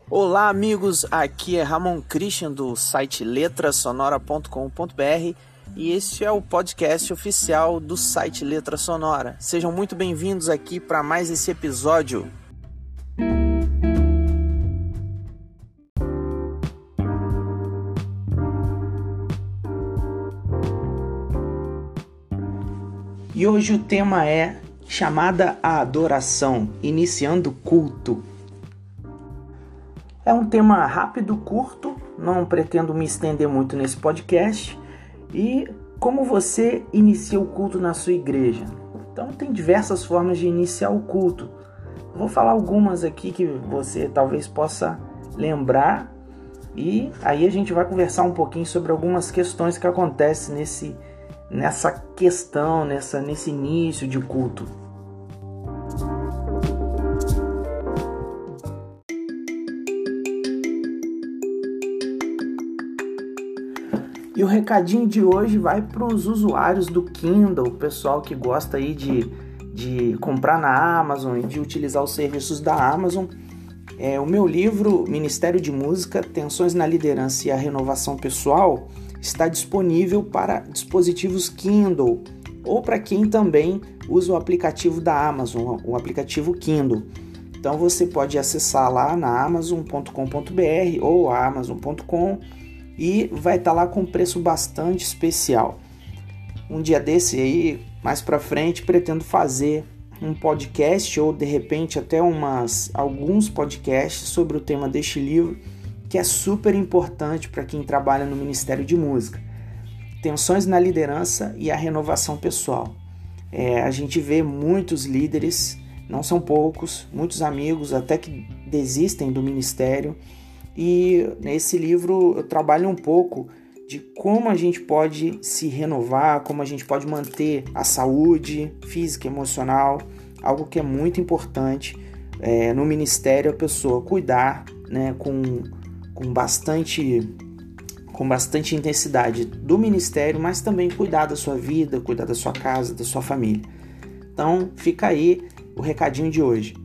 Olá amigos, aqui é Ramon Christian do site letrasonora.com.br e este é o podcast oficial do site Letra Sonora. Sejam muito bem-vindos aqui para mais esse episódio. E hoje o tema é chamada à adoração, iniciando o culto. É um tema rápido, curto, não pretendo me estender muito nesse podcast. E como você inicia o culto na sua igreja? Então tem diversas formas de iniciar o culto. Vou falar algumas aqui que você talvez possa lembrar. E aí a gente vai conversar um pouquinho sobre algumas questões que acontecem nesse início de culto. E o recadinho de hoje vai para os usuários do Kindle, o pessoal que gosta aí de comprar na Amazon e de utilizar os serviços da Amazon. O meu livro, Ministério de Música, Tensões na Liderança e a Renovação Pessoal, está disponível para dispositivos Kindle ou para quem também usa o aplicativo da Amazon, o aplicativo Kindle. Então você pode acessar lá na amazon.com.br ou amazon.com e vai estar lá com um preço bastante especial. Um dia desse aí, mais para frente, pretendo fazer um podcast ou de repente até alguns podcasts sobre o tema deste livro, que é super importante para quem trabalha no Ministério de Música. Tensões na liderança e a renovação pessoal. A gente vê muitos líderes, não são poucos, muitos amigos até que desistem do ministério. E nesse livro eu trabalho um pouco de como a gente pode se renovar, como a gente pode manter a saúde física e emocional, algo que é muito importante no ministério, a pessoa cuidar, né, com bastante intensidade do ministério, mas também cuidar da sua vida, cuidar da sua casa, da sua família. Então fica aí o recadinho de hoje.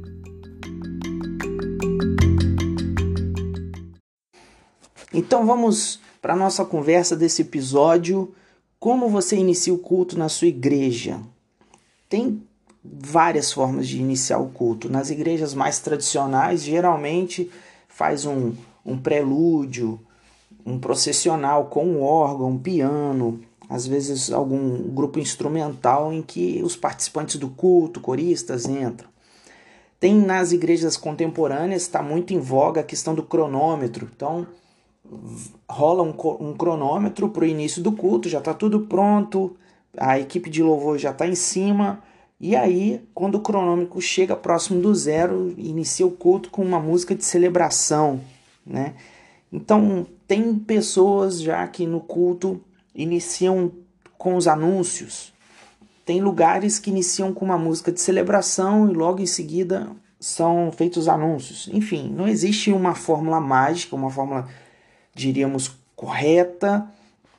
Então vamos para a nossa conversa desse episódio. Como você inicia o culto na sua igreja? Tem várias formas de iniciar o culto. Nas igrejas mais tradicionais, geralmente faz um prelúdio, um processional com um órgão, um piano, às vezes algum grupo instrumental em que os participantes do culto, coristas, entram. Tem nas igrejas contemporâneas, está muito em voga a questão do cronômetro. Então rola um cronômetro para o início do culto, já está tudo pronto, a equipe de louvor já está em cima, e aí quando o cronômetro chega próximo do zero, inicia o culto com uma música de celebração, né? Então tem pessoas já que no culto iniciam com os anúncios, tem lugares que iniciam com uma música de celebração e logo em seguida são feitos os anúncios. Enfim, não existe uma fórmula mágica, uma fórmula, diríamos, correta.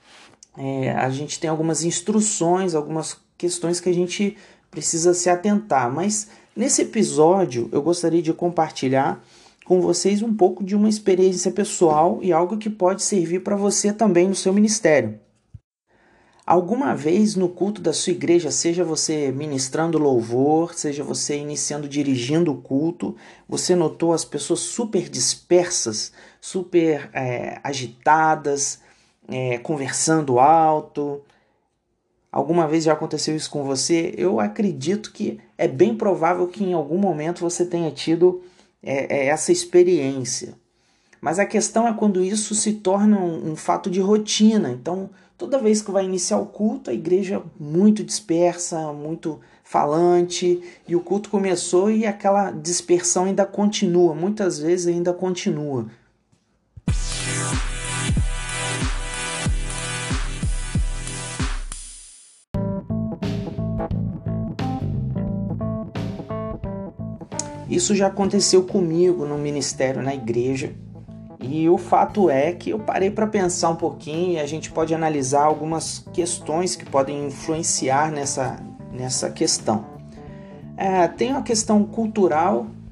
A gente tem algumas instruções, algumas questões que a gente precisa se atentar, mas nesse episódio eu gostaria de compartilhar com vocês um pouco de uma experiência pessoal e algo que pode servir para você também no seu ministério. Alguma vez no culto da sua igreja, seja você ministrando louvor, seja você dirigindo o culto, você notou as pessoas super dispersas, super agitadas, conversando alto? Alguma vez já aconteceu isso com você? Eu acredito que é bem provável que em algum momento você tenha tido essa experiência. Mas a questão é quando isso se torna um fato de rotina. Então, toda vez que vai iniciar o culto, a igreja muito dispersa, muito falante, e o culto começou e aquela dispersão ainda continua, muitas vezes ainda continua. Isso já aconteceu comigo no ministério, na igreja. E o fato é que eu parei para pensar um pouquinho e a gente pode analisar algumas questões que podem influenciar nessa questão. Tem uma questão cultural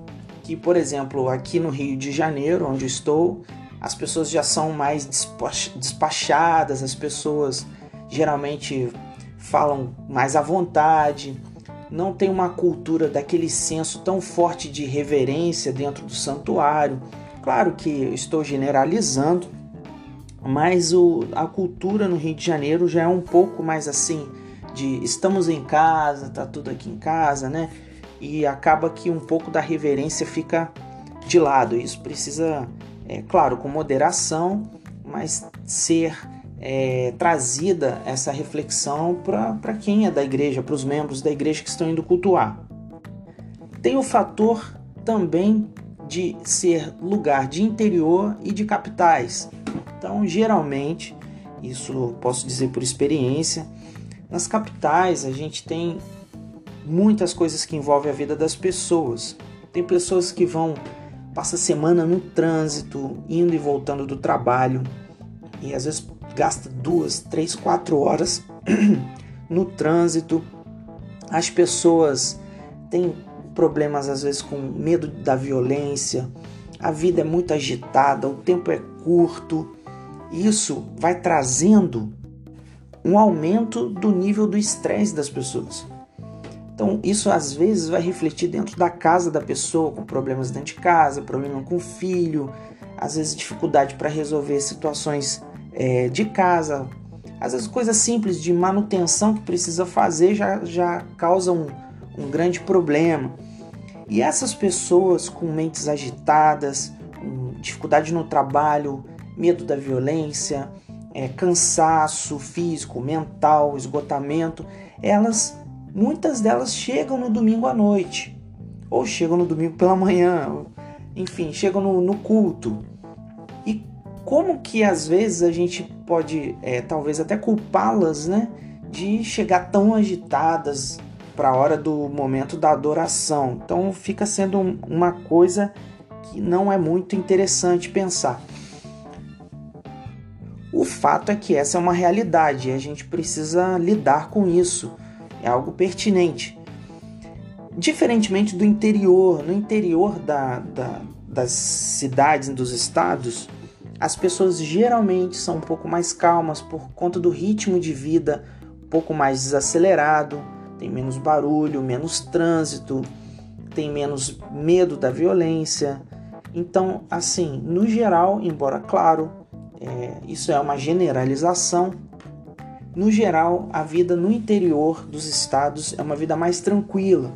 que, por exemplo, aqui no Rio de Janeiro, onde eu estou, as pessoas já são mais despachadas, as pessoas geralmente falam mais à vontade, não tem uma cultura daquele senso tão forte de reverência dentro do santuário. Claro que eu estou generalizando, mas a cultura no Rio de Janeiro já é um pouco mais assim, de estamos em casa, tá tudo aqui em casa, né? E acaba que um pouco da reverência fica de lado. Isso precisa, claro, com moderação, mas ser trazida essa reflexão para quem é da igreja, para os membros da igreja que estão indo cultuar. Tem o fator também de ser lugar de interior e de capitais. Então, geralmente, isso posso dizer por experiência, nas capitais a gente tem muitas coisas que envolvem a vida das pessoas. Tem pessoas que passa a semana no trânsito, indo e voltando do trabalho, e às vezes gasta 2, 3, 4 horas no trânsito. As pessoas têm problemas às vezes com medo da violência, a vida é muito agitada, o tempo é curto. Isso vai trazendo um aumento do nível do estresse das pessoas. Então isso às vezes vai refletir dentro da casa da pessoa, com problemas dentro de casa, problema com o filho, às vezes dificuldade para resolver situações de casa, às vezes coisas simples de manutenção que precisa fazer já causam um grande problema. E essas pessoas com mentes agitadas, dificuldade no trabalho, medo da violência, cansaço físico, mental, esgotamento, muitas delas chegam no domingo à noite, ou chegam no domingo pela manhã, enfim, chegam no culto. E como que às vezes a gente pode talvez até culpá-las, né, de chegar tão agitadas para a hora do momento da adoração? Então fica sendo uma coisa que não é muito interessante pensar. O fato é que essa é uma realidade e a gente precisa lidar com isso. É algo pertinente. Diferentemente do interior, no interior das cidades e dos estados, as pessoas geralmente são um pouco mais calmas por conta do ritmo de vida um pouco mais desacelerado, tem menos barulho, menos trânsito, tem menos medo da violência. Então, assim, no geral, embora claro, isso é uma generalização, no geral, a vida no interior dos estados é uma vida mais tranquila.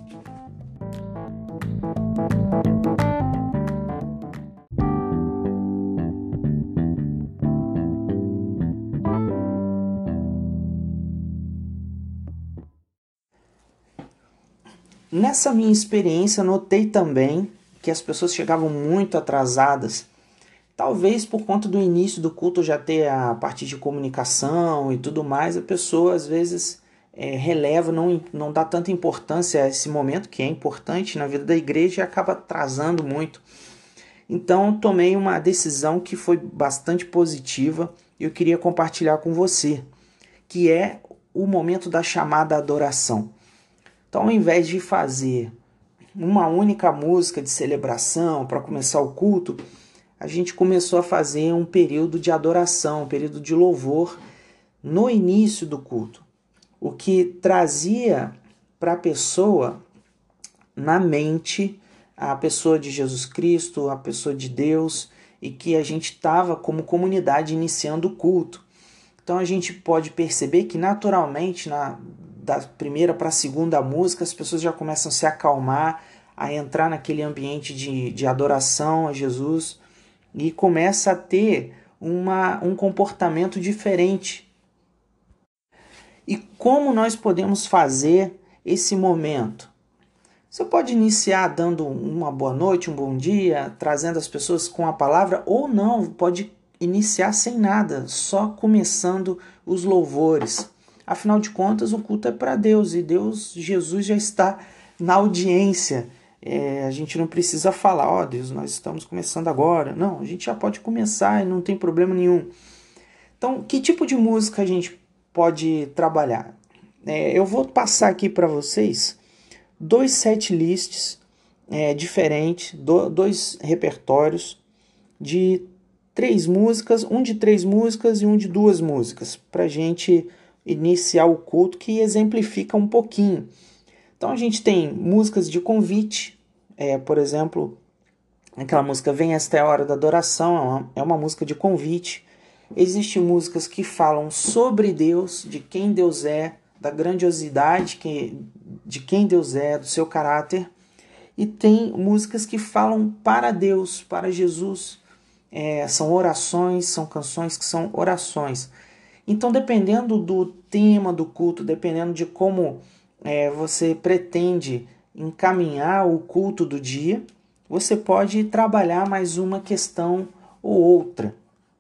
Nessa minha experiência, notei também que as pessoas chegavam muito atrasadas. Talvez por conta do início do culto já ter a parte de comunicação e tudo mais, a pessoa às vezes releva, não dá tanta importância a esse momento, que é importante na vida da igreja, e acaba atrasando muito. Então tomei uma decisão que foi bastante positiva e eu queria compartilhar com você, que é o momento da chamada adoração. Então, ao invés de fazer uma única música de celebração para começar o culto, a gente começou a fazer um período de adoração, um período de louvor no início do culto, o que trazia para a pessoa na mente a pessoa de Jesus Cristo, a pessoa de Deus, e que a gente estava como comunidade iniciando o culto. Então a gente pode perceber que naturalmente da primeira para a segunda música as pessoas já começam a se acalmar, a entrar naquele ambiente de adoração a Jesus e começa a ter um comportamento diferente. E como nós podemos fazer esse momento? Você pode iniciar dando uma boa noite, um bom dia, trazendo as pessoas com a palavra, ou não, pode iniciar sem nada, só começando os louvores. Afinal de contas, o culto é para Deus e Jesus já está na audiência. A gente não precisa falar, Deus, nós estamos começando agora. Não, a gente já pode começar e não tem problema nenhum. Então, que tipo de música a gente pode trabalhar? Eu vou passar aqui para vocês 2 set lists diferente, dois repertórios de 3 músicas, um de 3 músicas e um de 2 músicas, para a gente iniciar o culto, que exemplifica um pouquinho. Então a gente tem músicas de convite, por exemplo, aquela música Vem Esta é a Hora da Adoração, é uma música de convite. Existem músicas que falam sobre Deus, de quem Deus é, da grandiosidade de quem Deus é, do seu caráter. E tem músicas que falam para Deus, para Jesus. São orações, são canções que são orações. Então, dependendo do tema do culto, dependendo de como você pretende encaminhar o culto do dia, você pode trabalhar mais uma questão ou outra.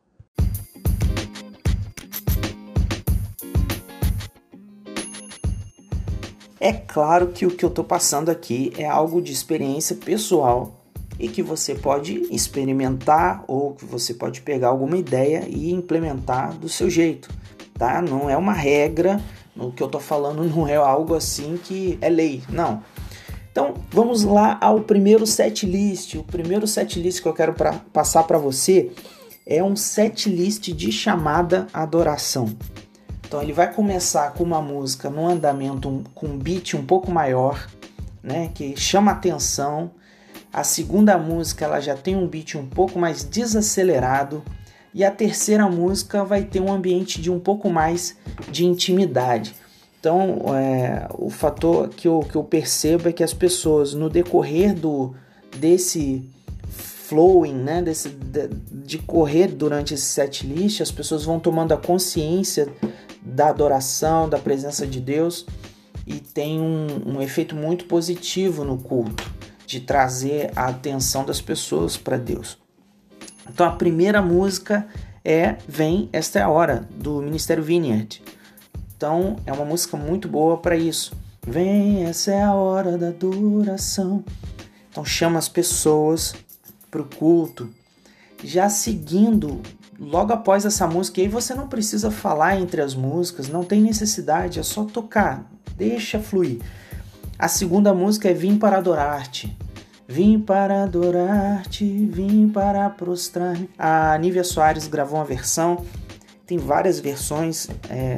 É claro que o que eu estou passando aqui é algo de experiência pessoal e que você pode experimentar ou que você pode pegar alguma ideia e implementar do seu jeito, tá? Não é uma regra, o que eu estou falando não é algo assim que é lei, não. Então, vamos lá ao primeiro setlist. O primeiro setlist que eu quero passar para você é um setlist de chamada adoração. Então ele vai começar com uma música num andamento com um beat um pouco maior, né, que chama atenção. A segunda música ela já tem um beat um pouco mais desacelerado. E a terceira música vai ter um ambiente de um pouco mais de intimidade. Então o fator que eu percebo é que as pessoas no decorrer desse flowing, né, de correr durante esse setlist, as pessoas vão tomando a consciência da adoração, da presença de Deus, e tem um efeito muito positivo no culto, de trazer a atenção das pessoas para Deus. Então a primeira música é Vem Esta é a Hora, do Ministério Vineyard. Então é uma música muito boa para isso. Vem, essa é a hora da adoração. Então chama as pessoas para o culto. Já seguindo, logo após essa música, aí você não precisa falar entre as músicas, não tem necessidade, é só tocar, deixa fluir. A segunda música é Vim para adorar-te. Vim para adorar-te, vim para prostrar-me. A Nívia Soares gravou uma versão, tem várias versões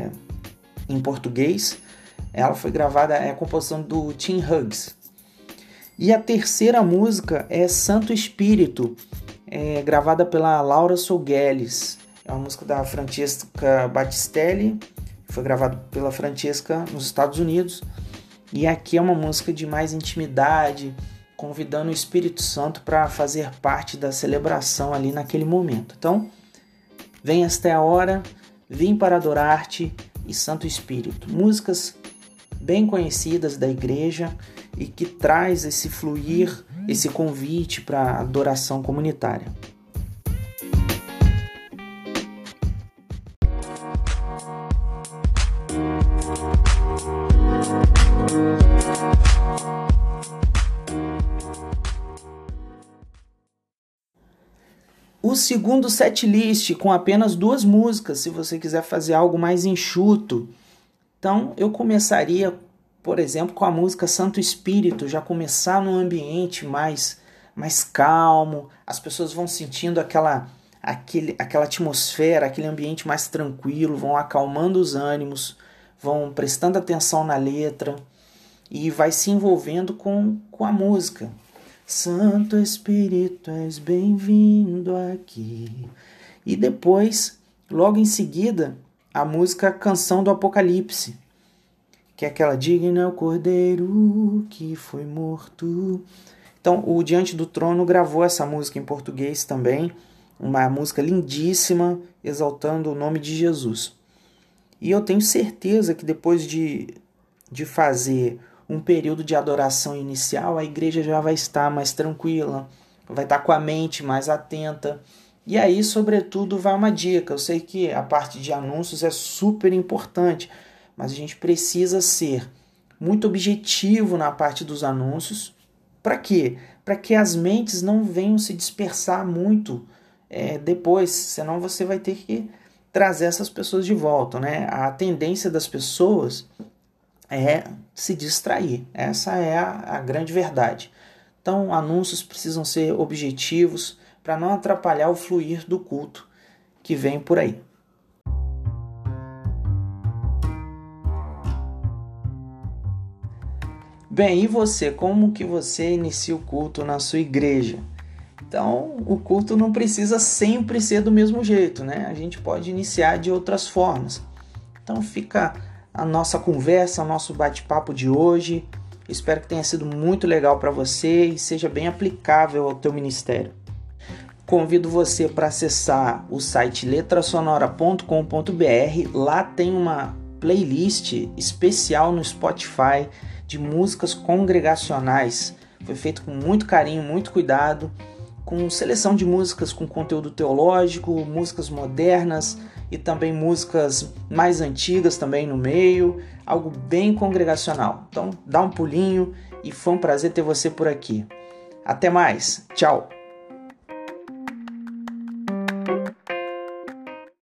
em português. Ela foi gravada, é a composição do Tim Hughes. E a terceira música é Santo Espírito, gravada pela Laura Sougueles. É uma música da Francesca Battistelli, foi gravada pela Francesca nos Estados Unidos. E aqui é uma música de mais intimidade, convidando o Espírito Santo para fazer parte da celebração ali naquele momento. Então, Vem Esta é a Hora, Vim para adorar-te e Santo Espírito. Músicas bem conhecidas da igreja e que traz esse fluir, esse convite para adoração comunitária. O segundo setlist com apenas 2 músicas, se você quiser fazer algo mais enxuto. Então eu começaria, por exemplo, com a música Santo Espírito, já começar num ambiente mais calmo, as pessoas vão sentindo aquela atmosfera, aquele ambiente mais tranquilo, vão acalmando os ânimos, vão prestando atenção na letra e vai se envolvendo com a música. Santo Espírito, és bem-vindo aqui. E depois, logo em seguida, a música Canção do Apocalipse, que é aquela Digno é o Cordeiro que foi morto. Então, o Diante do Trono gravou essa música em português também, uma música lindíssima, exaltando o nome de Jesus. E eu tenho certeza que depois de fazer um período de adoração inicial, a igreja já vai estar mais tranquila, vai estar com a mente mais atenta. E aí, sobretudo, vai uma dica. Eu sei que a parte de anúncios é super importante, mas a gente precisa ser muito objetivo na parte dos anúncios. Para quê? Para que as mentes não venham se dispersar muito depois, senão você vai ter que trazer essas pessoas de volta, né? A tendência das pessoas é se distrair. Essa é a grande verdade. Então, anúncios precisam ser objetivos para não atrapalhar o fluir do culto que vem por aí. Bem, e você? Como que você inicia o culto na sua igreja? Então, o culto não precisa sempre ser do mesmo jeito, né? A gente pode iniciar de outras formas. Então, fica a nossa conversa, o nosso bate-papo de hoje. Espero que tenha sido muito legal para você e seja bem aplicável ao teu ministério. Convido você para acessar o site letrasonora.com.br. Lá tem uma playlist especial no Spotify de músicas congregacionais. Foi feito com muito carinho, muito cuidado, com seleção de músicas com conteúdo teológico, músicas modernas e também músicas mais antigas também no meio, algo bem congregacional. Então dá um pulinho e foi um prazer ter você por aqui. Até mais, tchau!